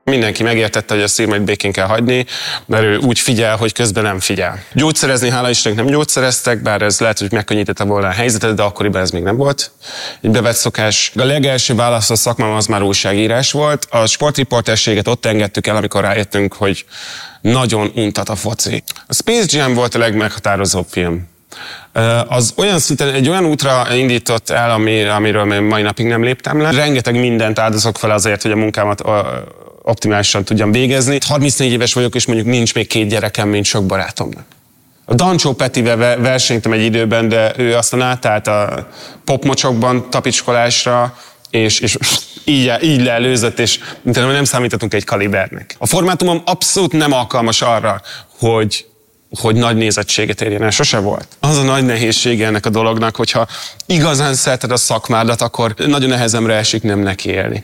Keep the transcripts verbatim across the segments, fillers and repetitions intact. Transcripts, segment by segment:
Mindenki megértette, hogy a szirmait békén kell hagyni, mert ő úgy figyel, hogy közben nem figyel. Gyógyszerezni, hála Istennek nem gyógyszereztek, bár ez lehet, hogy megkönnyítette volna a helyzetet, de akkoriban ez még nem volt egy bevett szokás. A legelső válasz a szakmám az már újságírás volt. A sportriporterséget ott engedtük el, amikor rájöttünk, hogy nagyon untat a foci. A Space Jam volt a legmeghatározóbb film. Az olyan szinten egy olyan útra indított el, ami, amiről még mai napig nem léptem le. Rengeteg mindent áldozok fel azért, hogy a munkámat optimálisan tudjam végezni. harmincnégy éves vagyok, és mondjuk nincs még két gyerekem, mint sok barátomnak. A Dancsó Petivel versenytem egy időben, de ő aztán átállt a popmocsokban tapicskolásra, és, és így, így leelőzött, és nem számítottunk egy kalibernek. A formátumom abszolút nem alkalmas arra, hogy hogy nagy nézettséget érjen el, sose volt. Az a nagy nehézsége ennek a dolognak, hogyha igazán szereted a szakmádat, akkor nagyon nehezemre esik nem neki élni.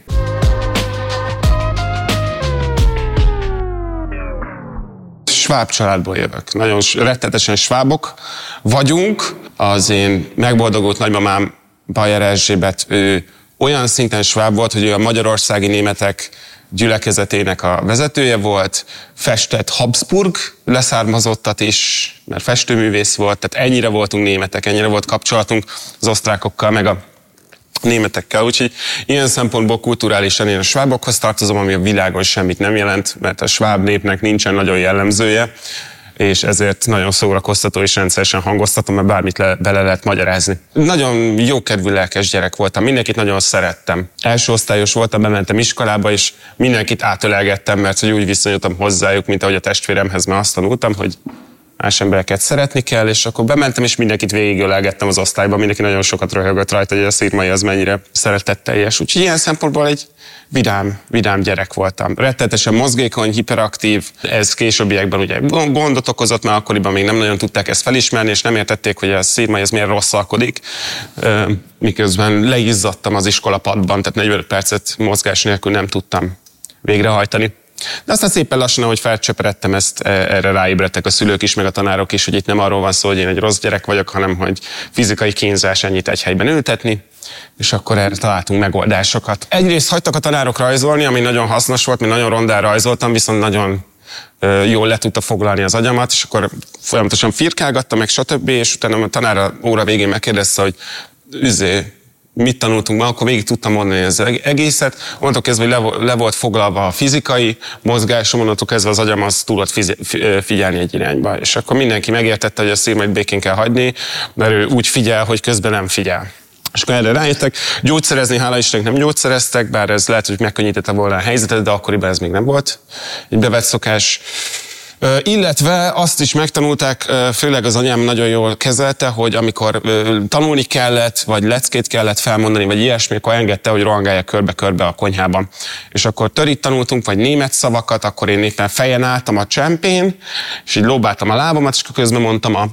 Sváb családból jövök. Nagyon rettetesen svábok vagyunk. Az én megboldogult nagymamám, Bajer Erzsébet, ő olyan szinten sváb volt, hogy ő a magyarországi németek gyülekezetének a vezetője volt, festett Habsburg leszármazottat is, mert festőművész volt, tehát ennyire voltunk németek, ennyire volt kapcsolatunk az osztrákokkal, meg a németekkel, úgyhogy ilyen szempontból kulturálisan én a svábokhoz tartozom, ami a világon semmit nem jelent, mert a sváb népnek nincsen nagyon jellemzője, és ezért nagyon szórakoztató és rendszeresen hangoztatom, mert bármit le, bele lehet magyarázni. Nagyon jókedvű, lelkes gyerek voltam, mindenkit nagyon szerettem. Első osztályos voltam, bementem iskolába, és mindenkit átölelgettem, mert hogy úgy viszonyultam hozzájuk, mint ahogy a testvéremhez, mert azt tanultam, hogy más embereket szeretni kell, és akkor bementem, és mindenkit végigölelgettem az osztályban, mindenki nagyon sokat röhögött rajta, hogy a szirmai az mennyire szeretetteljes. Úgyhogy ilyen szempontból egy vidám, vidám gyerek voltam. Rettenetesen mozgékony, hiperaktív, ez későbbiekben ugye gondot okozott, mert akkoriban még nem nagyon tudták ezt felismerni, és nem értették, hogy a szirmai az miért rosszalkodik. Miközben leizzadtam az iskolapadban, tehát negyvenöt percet mozgás nélkül nem tudtam végrehajtani. De aztán szépen lassan, ahogy felcsöperedtem, ezt erre ráébredtek a szülők is, meg a tanárok is, hogy itt nem arról van szó, hogy én egy rossz gyerek vagyok, hanem hogy fizikai kínzás, ennyit egy helyben ültetni, és akkor erre találtunk megoldásokat. Egyrészt hagytak a tanárok rajzolni, ami nagyon hasznos volt, mert nagyon rondán rajzoltam, viszont nagyon jól le tudta foglalni az agyamat, és akkor folyamatosan firkálgattam, meg stb. És utána a tanár a óra végén megkérdezte, hogy üzé, mit tanultunk ma, akkor végig tudtam mondani az egészet. Onnantól kezdve, hogy le, le volt foglalva a fizikai mozgásom, onnantól kezdve az agyam az tudott figyelni egy irányba. És akkor mindenki megértette, hogy a szirmait békén kell hagyni, mert ő úgy figyel, hogy közben nem figyel. És akkor erre rájöttek, gyógyszerezni, hála Istennek nem gyógyszereztek, bár ez lehet, hogy megkönnyítette volna a helyzetet, de akkoriban ez még nem volt egy bevett szokás. Uh, illetve azt is megtanulták, uh, főleg az anyám nagyon jól kezelte, hogy amikor uh, tanulni kellett, vagy leckét kellett felmondani, vagy ilyesmi, akkor engedte, hogy rohangálják körbe-körbe a konyhában. És akkor törit tanultunk, vagy német szavakat, akkor én éppen fejen álltam a csempén, és így lóbáltam a lábamat, és közben mondtam a,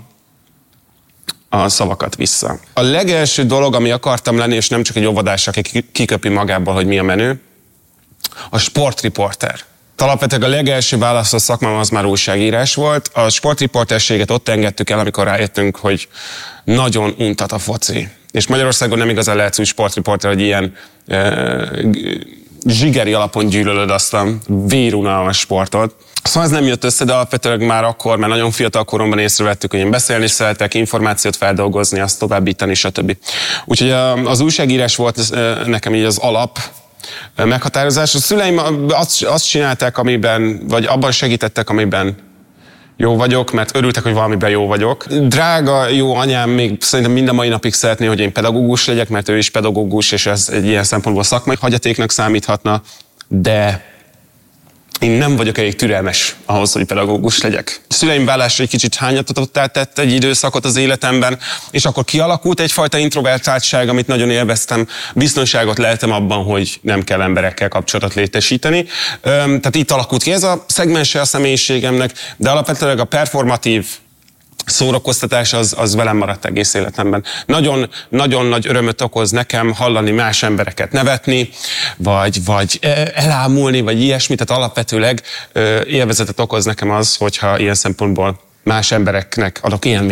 a szavakat vissza. A legelső dolog, ami akartam lenni, és nem csak egy óvodás, aki kiköpi magából, hogy mi a menő, a sportriporter. Alapvetően a legelső válasz a szakmám az már újságírás volt. A sportriporterséget ott engedtük el, amikor rájöttünk, hogy nagyon untat a foci. És Magyarországon nem igazán lehetsz úgy sportriporter, hogy ilyen e, zsigeri alapon gyűlölöd azt a vérunalmas sportot. Szóval ez nem jött össze, de alapvetően már akkor, mert nagyon fiatal koromban észrevettük, hogy én beszélni szeretek, információt feldolgozni, azt továbbítani, stb. Úgyhogy az újságírás volt nekem így az alap meghatározás. A szüleim azt, azt csinálták, amiben, vagy abban segítettek, amiben jó vagyok, mert örültek, hogy valamiben jó vagyok. Drága, jó anyám még szerintem minden mai napig szeretné, hogy én pedagógus legyek, mert ő is pedagógus, és ez egy ilyen szempontból szakmai hagyatéknak számíthatna, de én nem vagyok elég türelmes ahhoz, hogy pedagógus legyek. A szüleim vállásra egy kicsit hányatottá tett egy időszakot az életemben, és akkor kialakult egyfajta introvertáltság, amit nagyon élveztem. Biztonságot leltem abban, hogy nem kell emberekkel kapcsolatot létesíteni. Tehát itt alakult ki ez a szegmense a személyiségemnek, de alapvetően a performatív szórakoztatás az, az velem maradt egész életemben. Nagyon, nagyon nagy örömöt okoz nekem hallani más embereket nevetni, vagy, vagy elámulni, vagy ilyesmit. Tehát alapvetőleg élvezetet okoz nekem az, hogyha ilyen szempontból más embereknek adok élményt.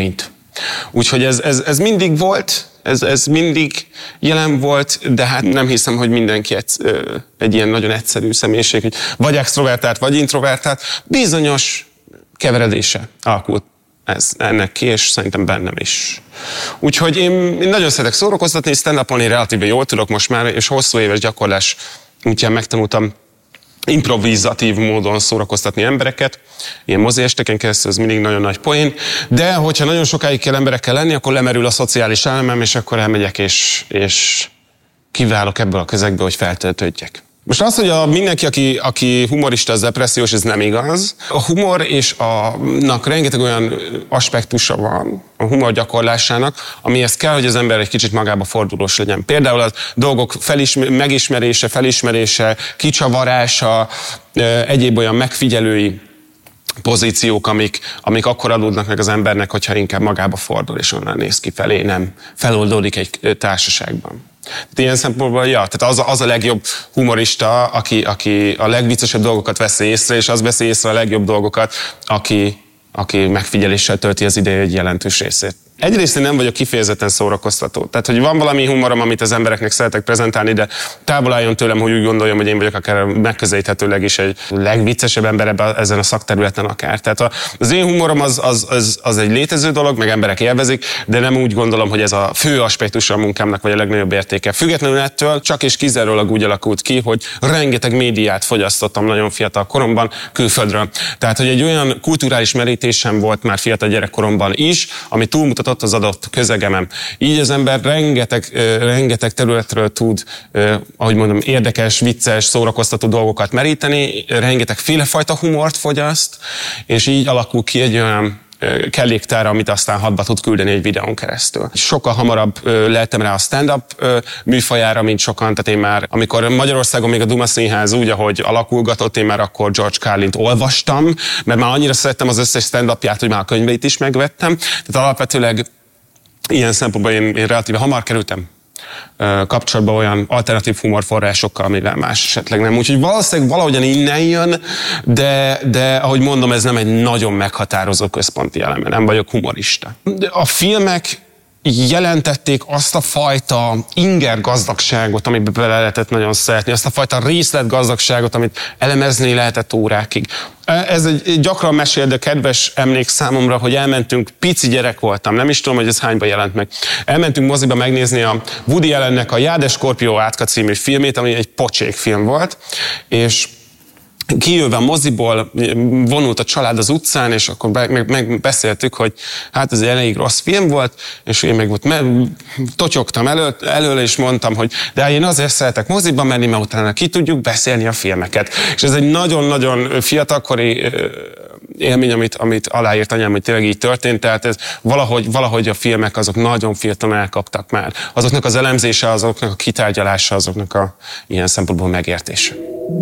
Úgyhogy ez, ez, ez mindig volt, ez, ez mindig jelen volt, de hát nem hiszem, hogy mindenki egy, egy ilyen nagyon egyszerű személyiség, hogy vagy extrovertált, vagy introvertált, bizonyos keveredése alakult ez, ennek ki, és szerintem bennem is. Úgyhogy én, én nagyon szeretek szórakoztatni, stand-upolni relatíve jól tudok most már, és hosszú éves gyakorlás útján megtanultam improvizatív módon szórakoztatni embereket, ilyen moziesteken keresztül, ez mindig nagyon nagy poén, de hogyha nagyon sokáig kell emberekkel lenni, akkor lemerül a szociális elemem, és akkor elmegyek, és, és kiválok ebből a közegből, hogy feltöltődjek. Most az, hogy a mindenki, aki, aki humorista, az depressziós, ez nem igaz. A humor és annak rengeteg olyan aspektusa van a humor gyakorlásának, amihez kell, hogy az ember egy kicsit magába fordulós legyen. Például a dolgok felismer- megismerése, felismerése, kicsavarása, egyéb olyan megfigyelői pozíciók, amik, amik akkor adódnak meg az embernek, hogyha inkább magába fordul, és onnan néz ki felé, nem feloldódik egy társaságban. Tehát ilyen szempontból, ja, tehát az, az a legjobb humorista, aki, aki a legviccesebb dolgokat veszi észre, és az veszi észre a legjobb dolgokat, aki, aki megfigyeléssel tölti az ideje egy jelentős részét. Egyrészt én nem vagyok kifejezetten szórakoztató. Tehát, hogy van valami humorom, amit az embereknek szeretek prezentálni, de távol álljon tőlem, hogy úgy gondoljam, hogy én vagyok akár megközelíthetőleg is egy legviccesebb ember ebben, ezen a szakterületen akár. Tehát az én humorom az, az, az, az egy létező dolog, meg emberek élvezik, de nem úgy gondolom, hogy ez a fő aspektusa a munkámnak, vagy a legnagyobb értéke. Függetlenül ettől csak és kizárólag úgy alakult ki, hogy rengeteg médiát fogyasztottam nagyon fiatal koromban külföldről. Tehát, hogy egy olyan kulturális merítésem volt már fiatal gyerekkoromban is, ami túlmutatott az adott közegemen. Így az ember rengeteg, rengeteg területről tud, ahogy mondom, érdekes, vicces, szórakoztató dolgokat meríteni, rengeteg félefajta humort fogyaszt, és így alakul ki egy olyan kelléktára, amit aztán hadba tud küldeni egy videón keresztül. Sokkal hamarabb leltem rá a stand-up műfajára, mint sokan, tehát én már, amikor Magyarországon még a Duma Színház úgy, ahogy alakulgatott, én már akkor George Carlint olvastam, mert már annyira szerettem az összes stand-upját, hogy már a könyveit is megvettem. Tehát alapvetőleg ilyen szempontból én, én relatíve hamar kerültem kapcsolatban olyan alternatív humorforrásokkal, amivel más esetleg nem. Úgyhogy valószínűleg valahogyan innen jön, de, de ahogy mondom, ez nem egy nagyon meghatározó központi eleme. Nem vagyok humorista. De a filmek jelentették azt a fajta inger gazdagságot, amiben bele lehetett nagyon szeretni, azt a fajta részletgazdagságot, amit elemezni lehetett órákig. Ez egy gyakran mesél, de kedves emlék számomra, hogy elmentünk, pici gyerek voltam, nem is tudom, hogy ez hányba jelent meg. Elmentünk moziba megnézni a Woody Allennek a Jáde Skorpió Átka című filmét, ami egy pocsék film volt, és kijövve a moziból vonult a család az utcán, és akkor megbeszéltük, hogy hát ez egy elég rossz film volt, és én meg ott me- totyogtam elő, elől, és mondtam, hogy de én azért szeretek moziba menni, mert utána ki tudjuk beszélni a filmeket. És ez egy nagyon-nagyon fiatalkori élmény, amit, amit aláírt anyám, hogy tényleg így történt, tehát ez valahogy, valahogy a filmek azok nagyon fiatalon elkaptak már. Azoknak az elemzése, azoknak a kitárgyalása, azoknak a ilyen szempontból megértése.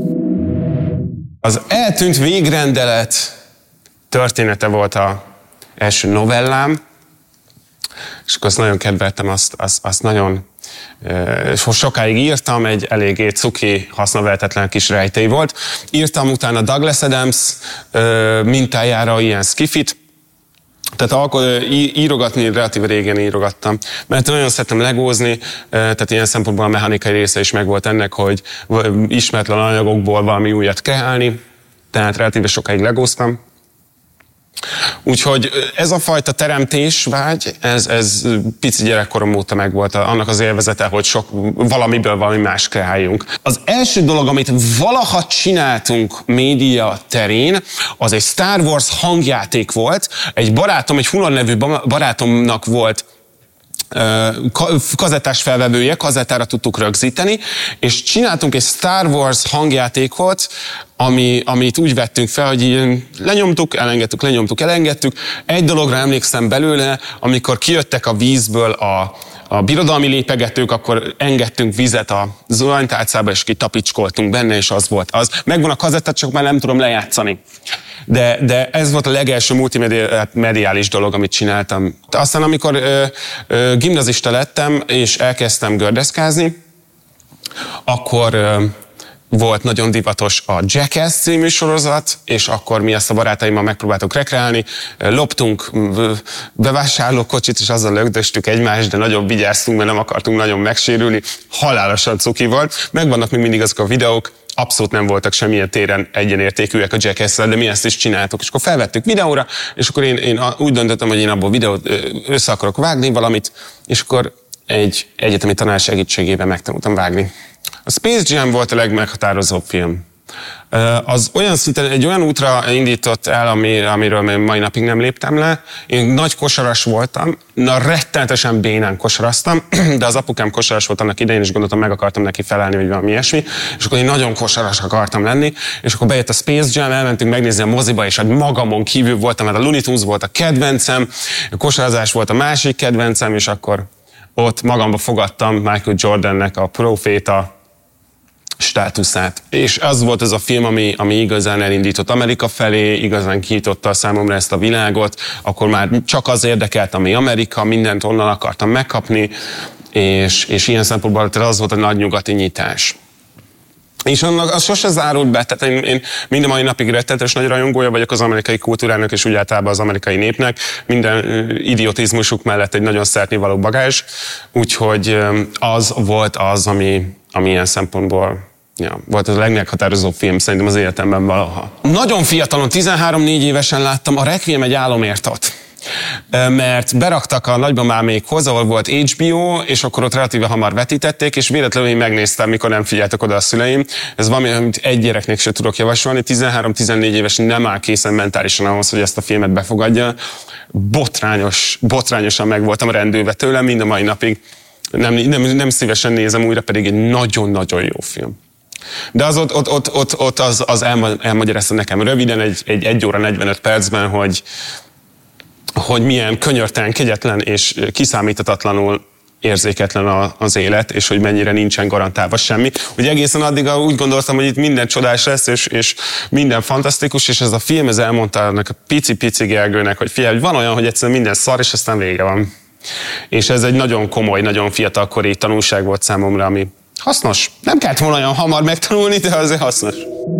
Az Eltűnt végrendelet története volt az első novellám, és akkor azt nagyon kedveltem, azt, azt, azt nagyon és sokáig írtam, egy eléggé cuki, hasznavehetetlen kis rejtély volt. Írtam utána Douglas Adams mintájára ilyen skifit, tehát akkor írogatni, relatíve régen írogattam, mert nagyon szeretem legózni, tehát ilyen szempontból a mechanikai része is megvolt ennek, hogy ismeretlen anyagokból valami újat kreálni, tehát relatíve sokáig legóztam. Úgyhogy ez a fajta teremtés vágy, ez, ez pici gyerekkorom óta megvolt, annak az élvezete, hogy sok, valamiből valami más kreáljunk. Az első dolog, amit valaha csináltunk média terén, az egy Star Wars hangjáték volt. Egy barátom, egy Hulan nevű barátomnak volt kazettás felvevője, kazettára tudtuk rögzíteni, és csináltunk egy Star Wars hangjátékot, ami, amit úgy vettünk fel, hogy így lenyomtuk, elengedtük, lenyomtuk, elengedtük. Egy dologra emlékszem belőle, amikor kijöttek a vízből a, a birodalmi lépegetők, akkor engedtünk vizet a zuhanytálcába, és kitapicskoltunk benne, és az volt az. Megvan a kazettát, csak már nem tudom lejátszani. De, de ez volt a legelső multimediális dolog, amit csináltam. Aztán, amikor ö, ö, gimnazista lettem, és elkezdtem gördeszkázni, akkor ö, volt nagyon divatos a Jackass című sorozat, és akkor mi ezt a barátaimmal megpróbáltuk rekreálni. Loptunk bevásárlókocsit, és azzal lögdöstük egymást, de nagyon vigyáztunk, mert nem akartunk nagyon megsérülni. Halálosan cuki volt. Megvannak még mindig azok a videók, abszolút nem voltak semmilyen téren egyenértékűek a Jackass-szel, de mi ezt is csináltuk. És akkor felvettük videóra, és akkor én, én úgy döntöttem, hogy én abból videót össze akarok vágni valamit, és akkor egy egyetemi tanár segítségével megtanultam vágni. A Space Jam volt a legmeghatározóbb film. Az olyan szinten, egy olyan útra indított el, ami, amiről még mai napig nem léptem le. Én nagy kosaras voltam, na rettenetesen bénán kosaraztam, de az apukám kosaras volt annak idején, és gondoltam, meg akartam neki felelni, vagy valami ilyesmi, és akkor én nagyon kosaras akartam lenni, és akkor bejött a Space Jam, elmentünk megnézni a moziba, és magamon kívül voltam, mert a Looney Tunes volt a kedvencem, a kosarazás volt a másik kedvencem, és akkor ott magamba fogadtam Michael Jordannek a proféta státuszát. És az volt ez a film, ami, ami igazán elindított Amerika felé, igazán kinyitotta számomra ezt a világot, akkor már csak az érdekelt, ami Amerika, mindent onnan akartam megkapni, és, és ilyen szempontból az volt a nagy nyugati nyitás. És annak az sose zárult be, tehát én, én minden mai napig rettenetes nagy rajongója vagyok az amerikai kultúrának, és úgy általában az amerikai népnek. Minden idiotizmusuk mellett egy nagyon szeretnivaló bagázs, úgyhogy az volt az, ami, ami ilyen szempontból ja, volt az a legmeghatározóbb film szerintem az életemben valaha. Nagyon fiatalon, tizenhárom-négy évesen láttam a Requiem egy álomértot. Mert beraktak a nagymamámékhoz, ahol volt há bé o, és akkor ott relatíve hamar vetítették, és véletlenül én megnéztem, mikor nem figyeltek oda a szüleim. Ez valami, amit egy gyereknek se tudok javasolni. tizenhárom-tizennégy éves nem áll készen mentálisan ahhoz, hogy ezt a filmet befogadja. Botrányos, botrányosan meg voltam rendülve tőlem, mind a mai napig. Nem, nem, nem szívesen nézem újra, pedig egy nagyon-nagyon jó film. De az ott, ott, ott, ott, ott az, az elmagyarázta nekem röviden, egy, egy egy óra negyvenöt percben, hogy hogy milyen könyörtelen, kegyetlen és kiszámíthatatlanul érzéketlen az élet, és hogy mennyire nincsen garantálva semmi. Ugye egészen addig úgy gondoltam, hogy itt minden csodás lesz, és, és minden fantasztikus, és ez a film ez elmondta annak a pici-pici Gergőnek, hogy figyelj, hogy van olyan, hogy egyszerűen minden szar, és aztán vége van. És ez egy nagyon komoly, nagyon fiatalkori tanulság volt számomra, ami hasznos. Nem kellett volna olyan hamar megtanulni, de azért hasznos.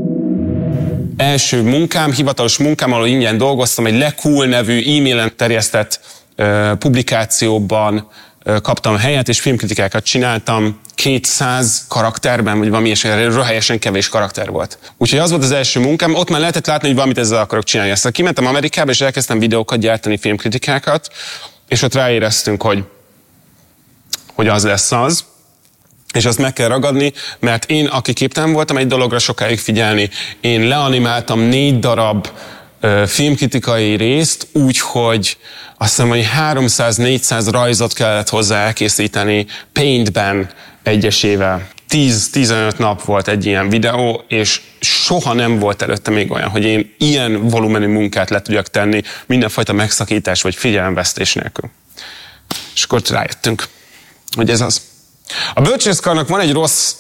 Első munkám, hivatalos munkám, ahol ingyen dolgoztam, egy LeCool nevű e-mailen terjesztett uh, publikációban uh, kaptam helyet, és filmkritikákat csináltam kétszáz karakterben, vagy valami és röhelyesen kevés karakter volt. Úgyhogy az volt az első munkám, ott már lehetett látni, hogy valamit ezzel akarok csinálni. Aztán kimentem Amerikába, és elkezdtem videókat gyártani, filmkritikákat, és ott ráéreztünk, hogy, hogy az lesz az. És azt meg kell ragadni, mert én, aki képtelen voltam egy dologra sokáig figyelni, én leanimáltam négy darab ö, filmkritikai részt, úgyhogy azt hiszem, hogy háromszáz-négyszáz rajzot kellett hozzá elkészíteni Paintben egyesével. tíz-tizenöt nap volt egy ilyen videó, és soha nem volt előtte még olyan, hogy én ilyen volumenű munkát le tudjak tenni, mindenfajta megszakítás vagy figyelemvesztés nélkül. És akkor rájöttünk, hogy ez az. A bölcsészkarnak van egy rossz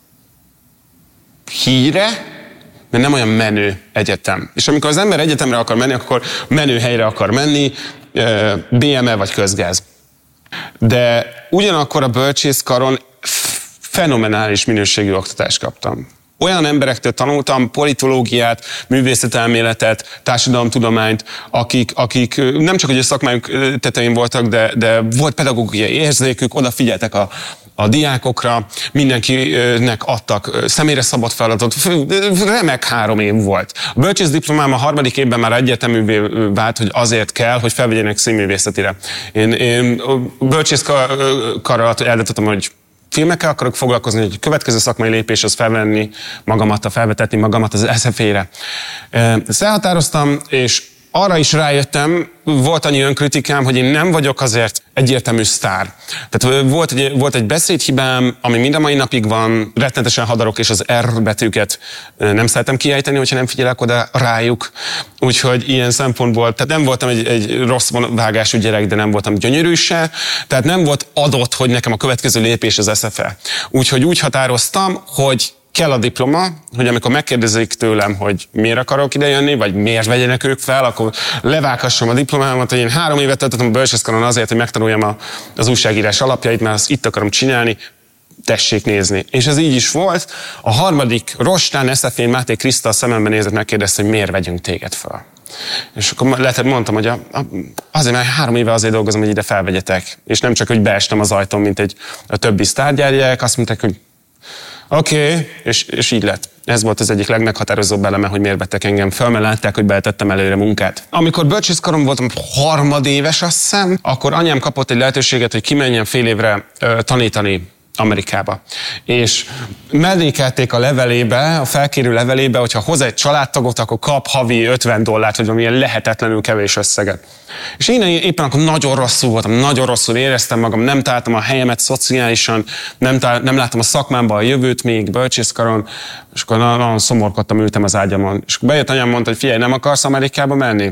híre, mert nem olyan menő egyetem. És amikor az ember egyetemre akar menni, akkor menő helyre akar menni, bé em e vagy közgáz. De ugyanakkor a bölcsészkaron fenomenális minőségű oktatást kaptam. Olyan emberektől tanultam politológiát, művészetelméletet, társadalomtudományt, akik, akik nem csak hogy a szakmájuk tetején voltak, de, de volt pedagógiai érzékük, odafigyeltek a, a diákokra, mindenkinek adtak személyre szabott feladatot, remek három év volt. A bölcsész diplomám a harmadik évben már egyértelművé vált, hogy azért kell, hogy felvegyenek színművészetire. Én, én bölcsészkar alatt eldöntöttem, hogy filmekkel akarok foglalkozni, hogy a következő szakmai lépés az felvenni magamat, felvetetni magamat az es ef é-re. Ezt elhatároztam, és arra is rájöttem, volt annyi önkritikám, hogy én nem vagyok azért egyértelmű sztár. Tehát volt egy, volt egy beszédhibám, ami mind a mai napig van, rettenetesen hadarok, és az R betűket nem szeretem kiejteni, hogyha nem figyelek oda rájuk. Úgyhogy ilyen szempontból, tehát nem voltam egy, egy rossz vágású gyerek, de nem voltam gyönyörű se, tehát nem volt adott, hogy nekem a következő lépés az es ef é. Úgyhogy úgy határoztam, hogy kell a diploma, hogy amikor megkérdezik tőlem, hogy miért akarok idejönni, vagy miért vegyenek ők fel, akkor levághassam a diplomámat, hogy én három évet töltöttem a bölcsészkaron azért, hogy megtanuljam a, az újságírás alapjait, mert azt itt akarom csinálni. tessék nézni. És ez így is volt. A harmadik rostán Eszefén Máté Kriszta a szememben nézett, megkérdezte, hogy miért vegyünk téged fel. És akkor lehet, mondtam, hogy a, a, azért, mert három éve azért dolgozom, hogy ide felvegyetek. És nem csak, hogy beestem az ajtón, mint egy a többi sztárgyárgyák, azt mondták, hogy oké, okay, és, és így lett. Ez volt az egyik legmeghatározóbb eleme, hogy miért vettek engem fel, mert látták, hogy betettem előre munkát. Amikor bölcsészkarom voltam harmadéves, azt hiszem, akkor anyám kapott egy lehetőséget, hogy kimenjen fél évre ö, tanítani Amerikába. És mellékelték a levelébe, a felkérő levelébe, hogyha hoz egy családtagot, akkor kap havi ötven dollárt, vagy valamilyen lehetetlenül kevés összeget. És én éppen akkor nagyon rosszul voltam, nagyon rosszul éreztem magam, nem találtam a helyemet szociálisan, nem, talál, nem láttam a szakmámban a jövőt még bölcsészkaron, és akkor nagyon szomorkodtam, ültem az ágyamon. És akkor bejött anyám, mondta, hogy figyelj, nem akarsz Amerikába menni?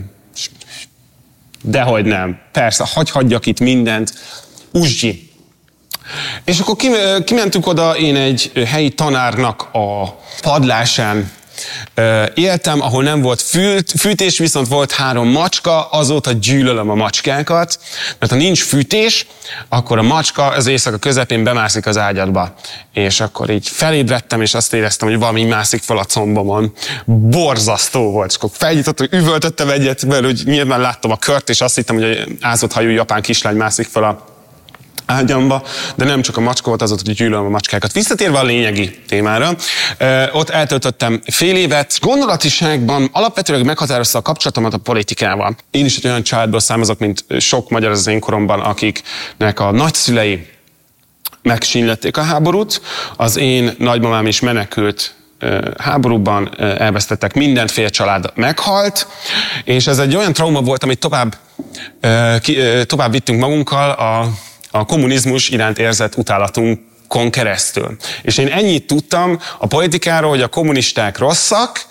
Dehogy nem. Persze, hagy hagyjak itt mindent. Uzsgyi. És akkor kimentünk oda, én egy helyi tanárnak a padlásán éltem, ahol nem volt fűt, fűtés, viszont volt három macska, azóta gyűlölöm a macskákat, mert ha nincs fűtés, akkor a macska az éjszaka közepén bemászik az ágyadba. És akkor így felébredtem, és azt éreztem, hogy valami mászik fel a combomon. Borzasztó volt. És akkor felnyitottam, üvöltöttem egyet, mert úgy nyilván láttam a kört, és azt hittem, hogy egy ázott hajú japán kislány mászik fel a ágyamba, de nem csak a macska volt, az ott, hogy gyűlölöm a macskákat. Visszatérve a lényegi témára, ott eltöltöttem fél évet. Gondolatiságban alapvetően meghatározta a kapcsolatomat a politikával. Én is egy olyan családból származok, mint sok magyar az én koromban, akiknek a nagyszülei megsínlették a háborút. Az én nagymamám is menekült háborúban, elvesztettek mindent, fél család meghalt, és ez egy olyan trauma volt, amit tovább, tovább vittünk magunkkal a a kommunizmus iránt érzett utálatunkon keresztül. És én ennyit tudtam a politikáról, hogy a kommunisták rosszak,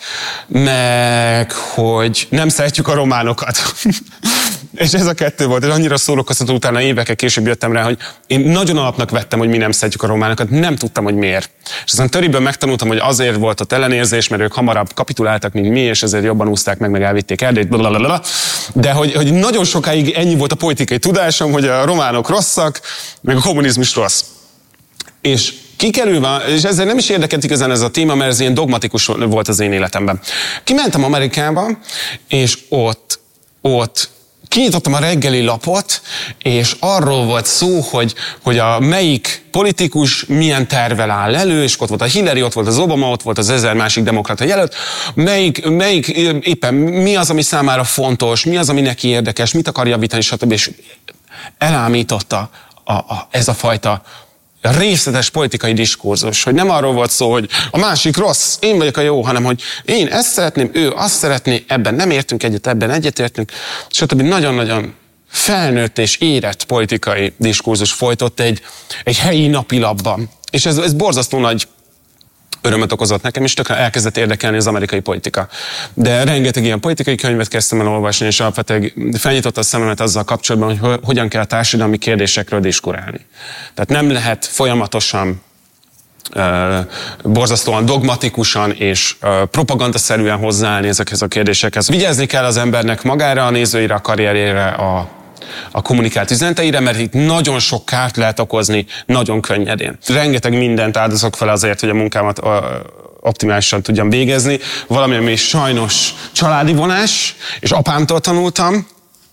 meg hogy nem szeretjük a románokat. És ez a kettő volt, és annyira szórakoztató, utána évekkel később jöttem rá, hogy én nagyon alapnak vettem, hogy mi nem szeretjük a románokat, nem tudtam, hogy miért. És aztán töriből megtanultam, hogy azért volt a ellenérzés, mert ők hamarabb kapituláltak, mint mi, és ezért jobban úszták meg, meg elvitték Erdélyt, blablabla. De hogy, hogy nagyon sokáig ennyi volt a politikai tudásom, hogy a románok rosszak, meg a kommunizmus rossz. És kikerülve, és ezzel nem is érdekelt igazán ez a téma, mert ez ilyen dogmatikus volt az én életemben. Kimentem Amerikába, és ott, ott kinyitottam a reggeli lapot, és arról volt szó, hogy, hogy a melyik politikus milyen tervvel áll elő, és ott volt a Hillary, ott volt az Obama, ott volt az ezer másik demokrata jelölt, melyik, melyik éppen mi az, ami számára fontos, mi az, ami neki érdekes, mit akar javítani, stb. És elámította a, a, ez a fajta részletes politikai diskurzus, hogy nem arról volt szó, hogy a másik rossz, én vagyok a jó, hanem hogy én ezt szeretném, ő azt szeretné, ebben nem értünk egyet, ebben egyetértünk, stb. Nagyon-nagyon felnőtt és érett politikai diskurzus folytott egy, egy helyi napilapban. És ez, ez borzasztó nagy örömet okozott nekem, és tökre elkezdett érdekelni az amerikai politika. De rengeteg ilyen politikai könyvet kezdtem el olvasni, és alapvetően felnyitotta a szememet azzal kapcsolatban, hogy hogyan kell a társadalmi kérdésekről diskurálni. Tehát nem lehet folyamatosan, uh, borzasztóan dogmatikusan és uh, propagandaszerűen hozzáállni ezekhez a kérdésekhez. Vigyázni kell az embernek magára, a nézőire, a karrierjére, a a kommunikált üzeneteire, mert itt nagyon sok kárt lehet okozni nagyon könnyedén. Rengeteg mindent áldozok fel azért, hogy a munkámat optimálisan tudjam végezni. Valami, ami sajnos családi vonás, és apámtól tanultam,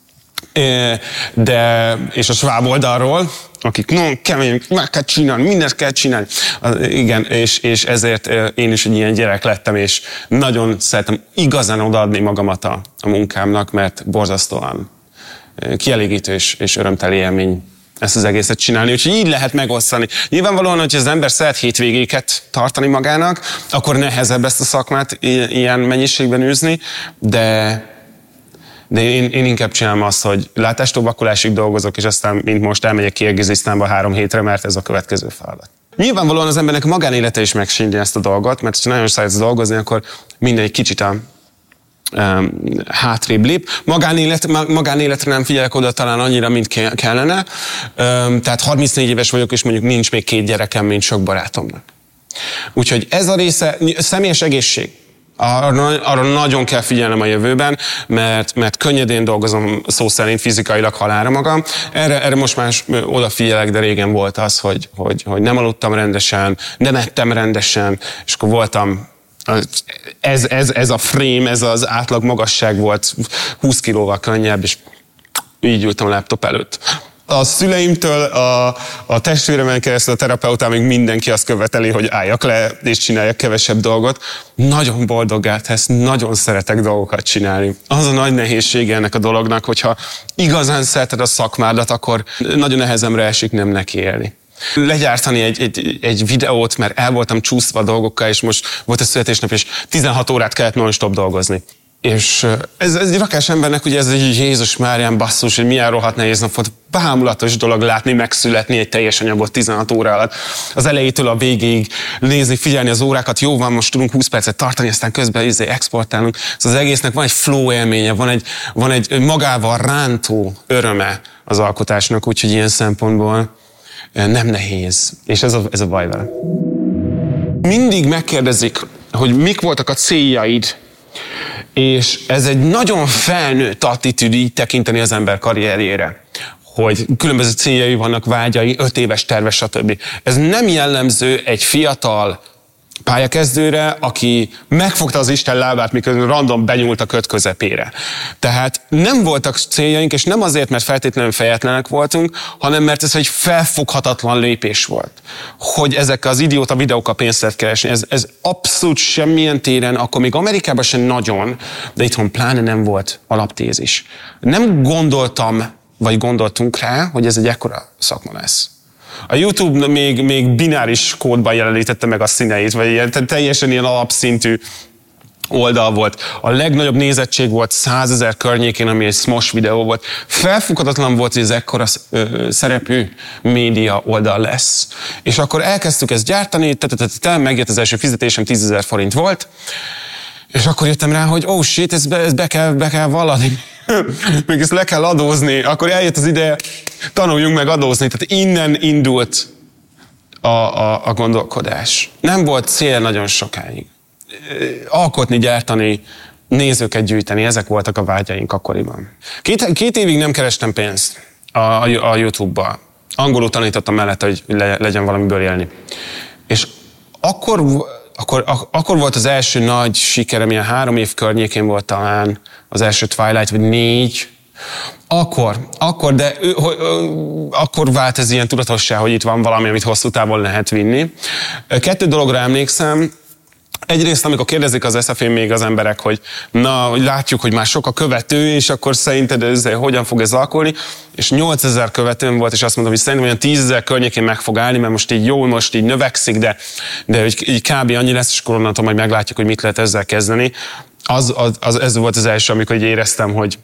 de, és a sváb oldalról, akik nagyon kemény, meg kell csinálni, mindent kell csinálni. Igen, és, és ezért én is egy ilyen gyerek lettem, és nagyon szeretem igazán odaadni magamat a, a munkámnak, mert borzasztóan kielégítő és, és örömteli élmény ezt az egészet csinálni, úgyhogy így lehet megosztani. Nyilvánvalóan, hogy az ember szeret hétvégéket tartani magának, akkor nehezebb ezt a szakmát ilyen mennyiségben űzni, de, de én, én inkább csinálom azt, hogy látástól vakulásig dolgozok, és aztán, mint most, elmegyek Kirgizisztánba három hétre, mert ez a következő feladat. Nyilvánvalóan az embernek magánélete is megsínli ezt a dolgot, mert ha nagyon szeretsz dolgozni, akkor minden egy kicsit a Um, hátrébb lép. Magánélet, magánéletre nem figyelek oda talán annyira, mint kellene. Um, tehát harmincnégy éves vagyok, és mondjuk nincs még két gyerekem, mint sok barátomnak. Úgyhogy ez a része, személyes egészség. Arra, arra nagyon kell figyelnem a jövőben, mert, mert könnyedén dolgozom szó szerint fizikailag halálra magam. Erre, erre most már odafigyelek, de régen volt az, hogy, hogy, hogy nem aludtam rendesen, nem ettem rendesen, és akkor voltam, ez, ez, ez a frame, ez az átlag magasság volt húsz kilóval könnyebb, és így ültem a laptop előtt. A szüleimtől, a, a testvéremen keresztül, a terapeutámig mindenki azt követeli, hogy álljak le és csináljak kevesebb dolgot. Nagyon boldoggá tesz, nagyon szeretek dolgokat csinálni. Az a nagy nehézsége ennek a dolognak, hogyha igazán szereted a szakmádat, akkor nagyon nehezemre esik nem nekiélni. Legyártani egy, egy, egy videót, mert el voltam csúszva a dolgokkal, és most volt a születésnap, és tizenhat órát kellett non-stop dolgozni. És ez, ez egy rakás embernek ugye ez egy Jézus Márián basszus, hogy milyen rohadt nehéz nap volt. Bámulatos dolog látni, megszületni egy teljes anyagot tizenhat óra alatt. Az elejétől a végéig nézni, figyelni az órákat, jó van, most tudunk húsz percet tartani, aztán közben izé exportálunk. Szóval az egésznek van egy flow élménye, van egy, van egy magával rántó öröme az alkotásnak, úgyhogy ilyen szempontból nem nehéz. És ez a, ez a baj vele. Mindig megkérdezik, hogy mik voltak a céljaid, és ez egy nagyon felnőtt attitűd így tekinteni az ember karrierjére, hogy különböző céljai vannak, vágyai, öt éves terve, stb. Ez nem jellemző egy fiatal pályakezdőre, aki megfogta az Isten lábát, miközben random benyúlt a köt közepére. Tehát nem voltak céljaink, és nem azért, mert feltétlenül fejetlenek voltunk, hanem mert ez egy felfoghatatlan lépés volt. Hogy ezek az idióta videókkal pénzt lehet keresni. Ez, ez abszolút semmilyen téren, akkor még Amerikában sem nagyon, de itthon pláne nem volt alaptézis. Nem gondoltam, vagy gondoltunk rá, hogy ez egy ekkora szakma lesz. A YouTube még, még bináris kódban jelenítette meg a színeit, vagy ilyen, teljesen ilyen alapszintű oldal volt. A legnagyobb nézettség volt százezer környékén, ami egy Smosh videó volt. Felfoghatatlan volt, hogy ez ekkora szerepű média oldal lesz. És akkor elkezdtük ezt gyártani, megjött az első fizetésem, tízezer forint volt, és akkor jöttem rá, hogy oh shit, ezt be, ezt be kell, be kell vallani. Még ezt le kell adózni, akkor eljött az ideje, tanuljunk meg adózni. Tehát innen indult a, a, a gondolkodás. Nem volt cél nagyon sokáig. Alkotni, gyártani, nézőket gyűjteni, ezek voltak a vágyaink akkoriban. Két, két évig nem kerestem pénzt a, a, a YouTube-ba. Angolul tanítottam mellett, hogy le, legyen valamiből élni. És akkor... Akkor, ak- akkor volt az első nagy sikerem, ilyen három év környékén volt talán az első Twilight, vagy négy. Akkor, akkor, de ő, hogy, ö, akkor vált ez ilyen tudatossá, hogy itt van valami, amit hosszú távon lehet vinni. Kettő dologra emlékszem. Egyrészt, amikor kérdezik az es ef én még az emberek, hogy na, látjuk, hogy már sok a követő, és akkor szerinted ez, hogyan fog ez alakulni? És nyolcezer követőm volt, és azt mondom, hogy szerintem olyan tízezer környékén meg fog állni, mert most így jó, most így növekszik, de, de így, így kb. Annyi lesz, és akkor onnantól majd meglátjuk, hogy mit lehet ezzel kezdeni. Az, az, az, ez volt az első, amikor így éreztem, hogy,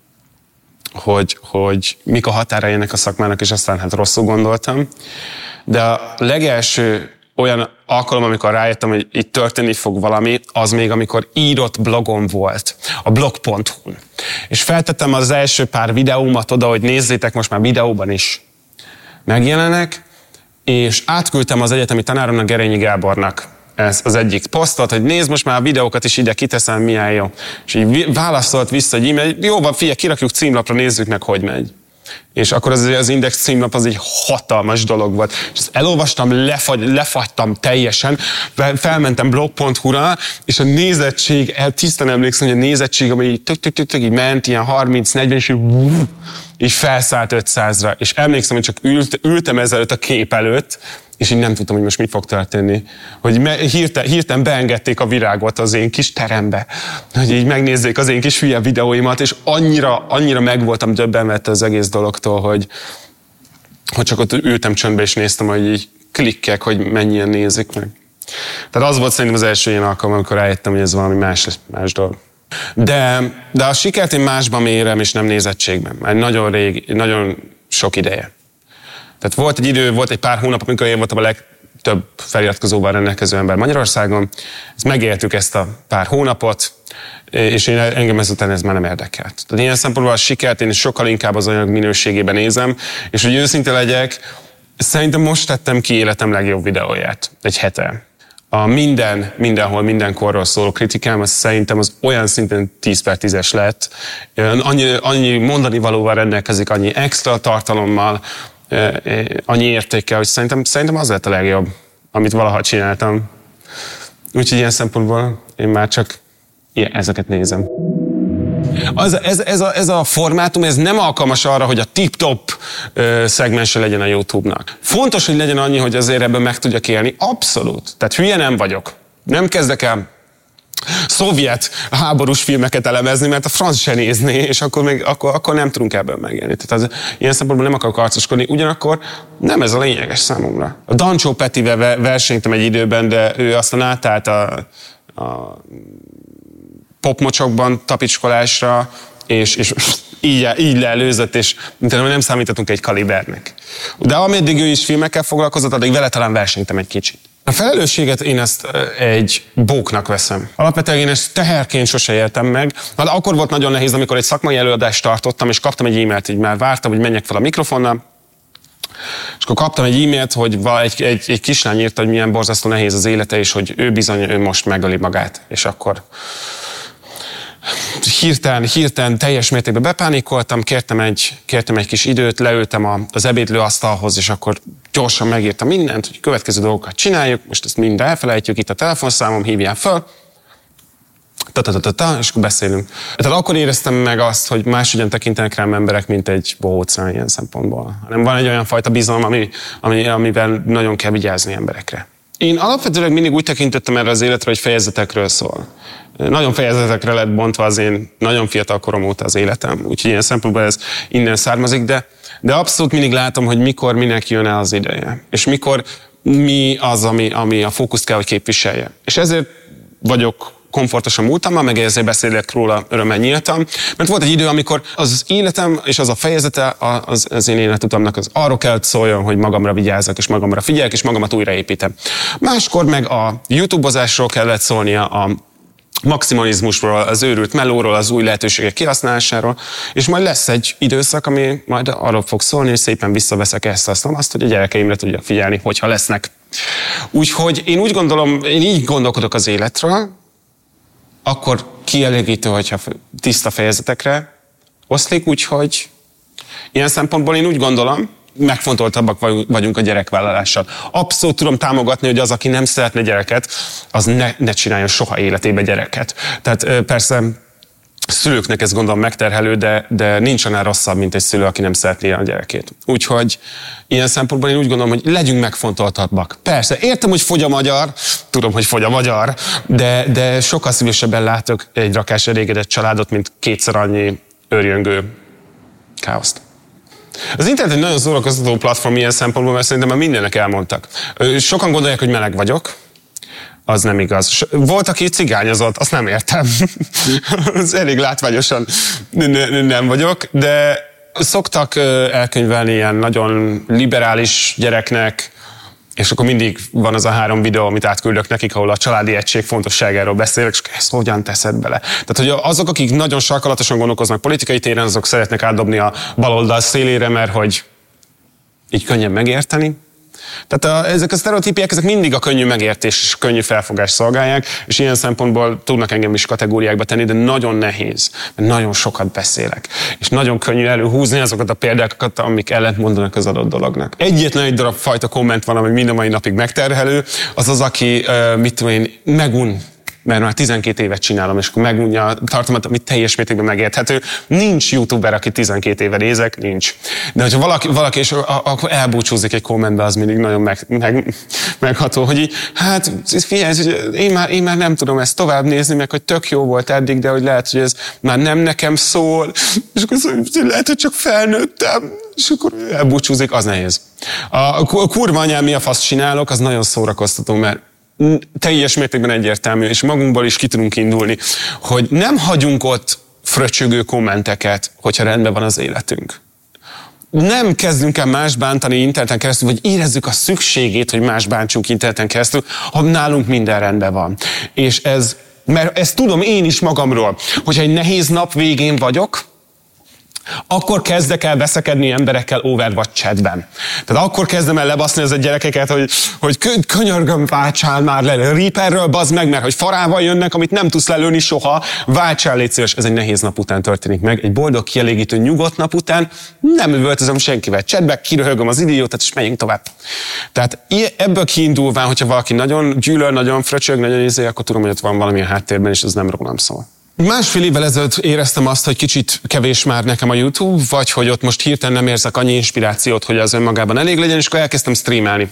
hogy, hogy mik a határai ennek a szakmának, és aztán hát rosszul gondoltam. De a legelső olyan alkalom, amikor rájöttem, hogy itt történni fog valami, az még amikor írott blogom volt, a blog pont hu-n. És feltettem az első pár videómat oda, hogy nézzétek, most már videóban is megjelenek, és átküldtem az egyetemi tanáromnak, Gerényi Gábornak ez az egyik posztot, hogy nézd, most már a videókat is ide kiteszem, milyen jó. És így válaszolt vissza, hogy e-mail, jó van, figyelj, kirakjuk címlapra, nézzük meg, hogy megy. És akkor az, az Index címlap az egy hatalmas dolog volt. És ezt elolvastam, lefagy, lefagytam teljesen, felmentem blog pont hu-ra, és a nézettség, el tisztán emlékszem, hogy a nézettség, ami így tök, tök, tök, tök, így ment, ilyen harminc-negyven, és így, így felszállt ötszázra. És emlékszem, hogy csak ült, ültem ezelőtt a kép előtt, és így nem tudtam, hogy most mit fog történni. Hogy hirtelen, hirtelen beengedték a virágot az én kis terembe, hogy így megnézzék az én kis hülye videóimat, és annyira, annyira meg voltam döbbenve az egész dologtól, hogy, hogy csak ott ültem csöndbe, és néztem, hogy így klikkek, hogy mennyien nézik meg. Tehát az volt szerintem az első ilyen alkalom, amikor rájöttem, hogy ez valami más, más dolog. De, de a sikert én másban mérem, és nem nézettségben. Már nagyon rég, nagyon sok ideje. Tehát volt egy idő, volt egy pár hónap, amikor én voltam a legtöbb feliratkozóval rendelkező ember Magyarországon. Ezt megéltük ezt a pár hónapot, és én engem ezután ez már nem érdekelt. Tehát ilyen szempontból a sikert én sokkal inkább az anyag minőségében nézem, és hogy őszinte legyek, szerintem most tettem ki életem legjobb videóját, egy hete. a minden, mindenhol, mindenkorról szóló kritikám, az szerintem az olyan szinten tíz per tízes lett. Annyi, annyi mondani valóval rendelkezik, annyi extra tartalommal, annyi értékkel, hogy szerintem, szerintem az lett a legjobb, amit valaha csináltam. Úgyhogy ilyen szempontból én már csak ilyen, ezeket nézem. Az, ez, ez, a, ez a formátum, ez nem alkalmas arra, hogy a tip-top szegmense legyen a YouTube-nak. Fontos, hogy legyen annyi, hogy azért ebben meg tudjak élni. Abszolút. Tehát hülye nem vagyok. Nem kezdek el szovjet háborús filmeket elemezni, mert a franc se nézné, és akkor, még, akkor, akkor nem tudunk ebből megélni. Tehát az, ilyen szempontból nem akarok arcoskodni. Ugyanakkor nem ez a lényeges számomra. A Dancsó Petivel versenytem egy időben, de ő aztán átállt a, a popmocsokban tapicskolásra, és, és így, így leelőzött, és nem számítottunk egy kalibernek. De ameddig ő is filmekkel foglalkozott, addig vele talán versenytem egy kicsit. A felelősséget én ezt egy bóknak veszem. Alapvetően én ezt teherként sose éltem meg. Hát akkor volt nagyon nehéz, amikor egy szakmai előadást tartottam, és kaptam egy e-mailt, így már vártam, hogy menjek fel a mikrofonnal, és akkor kaptam egy e-mailt, hogy egy, egy, egy kislány írta, hogy milyen borzasztó nehéz az élete, és hogy ő bizony ő most megöli magát. És akkor hirtelen, hirtelen teljes mértékben bepánikoltam, kértem egy, kértem egy kis időt, leültem az ebédlőasztalhoz, és akkor gyorsan megírtam mindent, hogy következő dolgokat csináljuk, most ezt mind elfelejtjük, itt a telefonszámom, hívjál föl, ta-ta-ta-ta, és akkor beszélünk. Tehát akkor éreztem meg azt, hogy máshogyan tekintenek rám emberek, mint egy bohócán ilyen szempontból. Hanem van egy olyan fajta bizalom, ami, ami, amivel nagyon kell vigyázni emberekre. Én alapvetően mindig úgy tekintettem erre az életre, hogy fejezetekről szól. Nagyon fejezetekre lett bontva az én nagyon fiatal korom óta az életem, úgyhogy ilyen szempontból ez innen származik, de, de abszolút mindig látom, hogy mikor minek jön el az ideje, és mikor mi az, ami, ami a fókuszt kell, hogy képviselje. És ezért vagyok komfortos a múltammal, meg ezért beszélek róla örömmel nyíltan, mert volt egy idő, amikor az életem és az a fejezete az, az én életutamnak az arról kell szóljon, hogy magamra vigyázzak, és magamra figyelek, és magamat újraépítem. Máskor meg a YouTube-ozásról kellett szólnia, a maximalizmusról, az őrült melóról, az új lehetőségek kihasználásáról, és majd lesz egy időszak, ami majd arról fog szólni, és szépen visszaveszek ezt, azt, azt, hogy a gyerekeimre tudjak figyelni, hogyha lesznek. Úgyhogy én úgy gondolom, én így gondolkodok az életről, akkor kielégítő, hogyha tiszta fejezetekre oszlik, úgyhogy ilyen szempontból én úgy gondolom, megfontoltabbak vagyunk a gyerekvállalással. Abszolút tudom támogatni, hogy az, aki nem szeretne gyereket, az ne, ne csináljon soha életébe gyereket. Tehát persze szülőknek ez gondolom megterhelő, de, de nincs annál rosszabb, mint egy szülő, aki nem szeretné a gyerekét. Úgyhogy ilyen szempontból én úgy gondolom, hogy legyünk megfontoltabbak. Persze, értem, hogy fogy a magyar, tudom, hogy fogy a magyar, de, de sokkal szívesebben látok egy rakás elégedett családot, mint kétszer annyi örjöngő káoszt. Az internet egy nagyon szórakoztató platform ilyen szempontból, mert szerintem már mindennek elmondtak. Sokan gondolják, hogy meleg vagyok, az nem igaz. Volt, aki cigányozott, azt nem értem. Az elég látványosan nem vagyok, de szoktak elkönyvelni ilyen nagyon liberális gyereknek, és akkor mindig van az a három videó, amit átküldök nekik, ahol a családi egység fontosságáról beszélek, és ezt hogyan teszed bele. Tehát, hogy azok, akik nagyon sarkalatosan gondolkoznak politikai téren, azok szeretnek átdobni a baloldal szélére, mert hogy így könnyebb megérteni. Tehát a, ezek a sztereotípiák, ezek mindig a könnyű megértés és könnyű felfogás szolgálják, és ilyen szempontból tudnak engem is kategóriákba tenni, de nagyon nehéz, mert nagyon sokat beszélek. És nagyon könnyű előhúzni azokat a példákat, amik ellent mondanak az adott dolognak. Egyetlen egy darab fajta komment van, ami mind a mai napig megterhelő, az az, aki, uh, mit tudom én, megun, mert már tizenkét évet csinálom, és akkor megunja a tartalmat, ami teljes mértékben megérthető. Nincs youtuber, aki tizenkét éve nézek, nincs. De hogyha valaki, valaki és akkor elbúcsúzik egy kommentbe, az mindig nagyon meg, meg, megható, hogy így, hát figyelj, én már, én már nem tudom ezt tovább nézni, meg hogy tök jó volt eddig, de hogy lehet, hogy ez már nem nekem szól, és akkor lehet, hogy csak felnőttem, és akkor elbúcsúzik, az nehéz. A kurva anyám, mi a fasz csinálok, az nagyon szórakoztató, mert teljes mértékben egyértelmű, és magunkból is ki tudunk indulni, hogy nem hagyunk ott fröcsögő kommenteket, hogyha rendben van az életünk. Nem kezdünk el más bántani interneten keresztül, vagy érezzük a szükségét, hogy más bántsunk interneten keresztül, ha nálunk minden rendben van. És ez, mert ezt tudom én is magamról, hogyha egy nehéz nap végén vagyok, Akkor kezdek el veszekedni emberekkel Overwatch chatben. Tehát akkor kezdem el lebaszni az a gyerekeket, hogy, hogy könyörgöm, váltsál már le Reaperről, bazd meg, mert hogy farával jönnek, amit nem tudsz lelőni soha, váltsál, légy szíves. Ez egy nehéz nap után történik meg, egy boldog, kielégítő, nyugodt nap után nem üvöltözöm senkivel. Chatbe kiröhögöm az idiótát, és megyünk tovább. Tehát ebből kiindulván, hogyha valaki nagyon gyűlöl, nagyon fröcsög, nagyon izé, akkor tudom, hogy ott van valami a háttérben, és ez nem rólam szól. Másfél évvel ezelőtt éreztem azt, hogy kicsit kevés már nekem a YouTube, vagy hogy ott most hirtelen nem érzek annyi inspirációt, hogy az önmagában elég legyen, és akkor elkezdtem streamelni.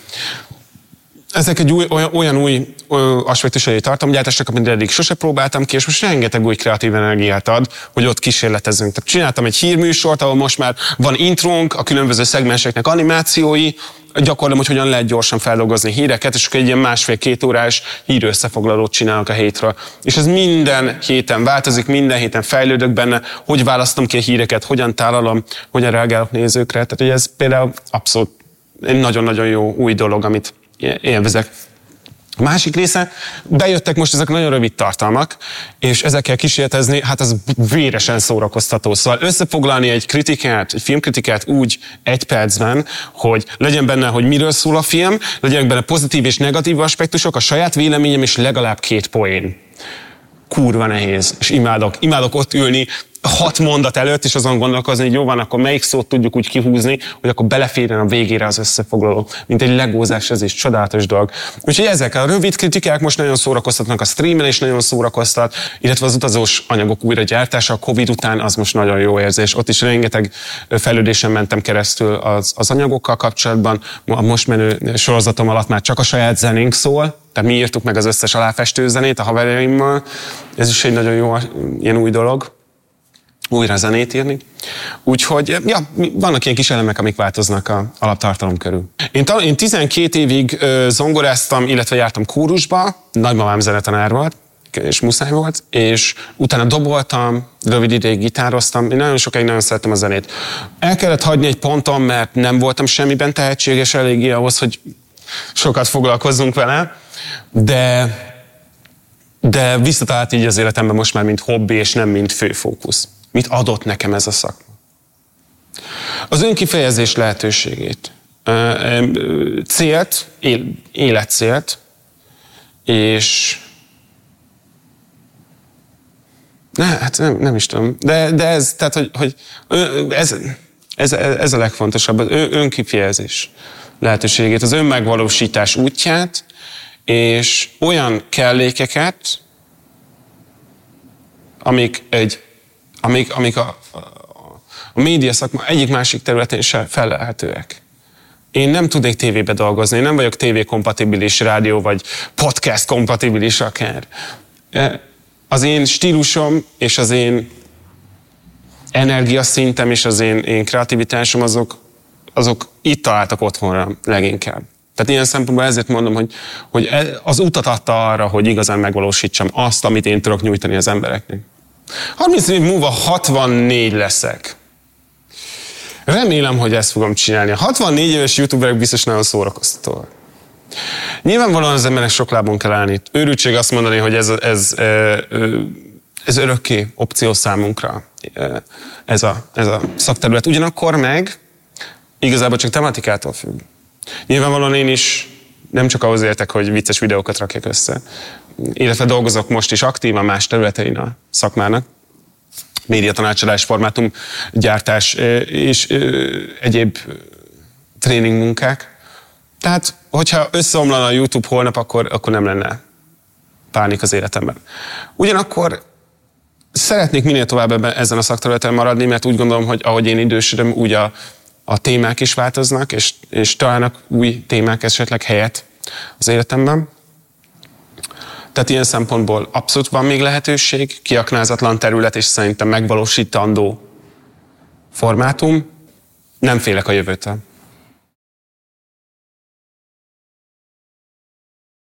Ezek egy új, olyan, olyan új aspektusai tartalomgyártásnak, amit eddig sose próbáltam ki, és most rengeteg új kreatív energiát ad, hogy ott kísérletezzünk. Tehát csináltam egy hírműsort, ahol most már van intrónk, a különböző szegmenseknek animációi, gyakorlom, hogy hogyan lehet gyorsan feldolgozni híreket, és akkor egy ilyen másfél-két órás hírösszefoglalót csinálok a hétről. És ez minden héten változik, minden héten fejlődök benne, hogy választom ki a híreket, hogyan tálalom, hogyan reagálok nézőkre. Tehát ez például abszolút egy nagyon-nagyon jó új dolog, amit élvezek. A másik része, bejöttek most ezek nagyon rövid tartalmak, és ezekkel kísérletezni, hát az véresen szórakoztató. Szóval összefoglalni egy kritikát, egy filmkritikát úgy egy percben, hogy legyen benne, hogy miről szól a film, legyenek benne pozitív és negatív aspektusok, a saját véleményem és legalább két poén. Kurva nehéz, és imádok, imádok ott ülni, hat mondat előtt, és azon gondolkozni, hogy jó van, akkor melyik szót tudjuk úgy kihúzni, hogy akkor beleférjen a végére az összefoglaló. Mint egy legózás, ez is csodálatos dolog. Úgyhogy ezek a rövid kritikák most nagyon szórakoztatnak, a streamen is nagyon szórakoztat, illetve az utazós anyagok újragyártása a Covid után az most nagyon jó érzés. Ott is rengeteg fejlődésen mentem keresztül az, az anyagokkal kapcsolatban. A most menő sorozatom alatt már csak a saját zenénk szól, tehát mi írtuk meg az összes aláfestő zenét a haverjaimmal. Ez is egy nagyon jó ilyen új dolog. Újra zenét írni. Úgyhogy, ja, vannak ilyen kis elemek, amik változnak a alaptartalom körül. Én, én tizenkét évig ö, zongoráztam, illetve jártam kórusba, nagymamám zenetanár volt, és muszáj volt, és utána doboltam, rövid ideig gitároztam, én nagyon sokáig nagyon szerettem a zenét. El kellett hagyni egy ponton, mert nem voltam semmiben tehetséges eléggé ahhoz, hogy sokat foglalkozzunk vele, de, de visszatalált így az életemben most már mint hobbi, és nem mint fő fókusz. Mit adott nekem ez a szakma? Az önkifejezés lehetőségét, célt, életcélt, és ne, hát nem, nem is tudom, de, de ez, tehát, hogy, hogy ez, ez, ez a legfontosabb, az önkifejezés lehetőségét, az önmegvalósítás útját, és olyan kellékeket, amik egy amik, amik a, a, a média szakma egyik-másik területén sem felelhetőek. Én nem tudnék tévébe dolgozni, én nem vagyok tévékompatibilis, rádió vagy podcast kompatibilis akár. Az én stílusom és az én energiaszintem és az én, én kreativitásom azok, azok itt találtak otthonra leginkább. Tehát ilyen szempontból ezért mondom, hogy, hogy az utat adta arra, hogy igazán megvalósítsam azt, amit én tudok nyújtani az embereknek. harminc év múlva hatvannégy leszek. Remélem, hogy ezt fogom csinálni. A hatvannégy éves youtuberek biztos nagyon szórakoztató. Nyilvánvalóan az emberek sok lábon kell állni. Őrültség azt mondani, hogy ez, ez, ez örökké opció számunkra. Ez a, ez a szakterület. Ugyanakkor meg igazából csak tematikától függ. Nyilvánvalóan én is nem csak ahhoz értek, hogy vicces videókat rakjak össze, illetve dolgozok most is aktívan más területein a szakmának, médiatanácsadás, formátum, gyártás és egyéb tréning munkák. Tehát, hogyha összeomlana a YouTube holnap, akkor, akkor nem lenne pánik az életemben. Ugyanakkor szeretnék minél tovább ebben, ezen a szakterületen maradni, mert úgy gondolom, hogy ahogy én idősödöm, úgy a, a témák is változnak, és, és találnak új témák esetleg helyet az életemben. Tehát ilyen szempontból abszolút van még lehetőség, kiaknázatlan terület, és szerintem megvalósítandó formátum. Nem félek a jövőtől.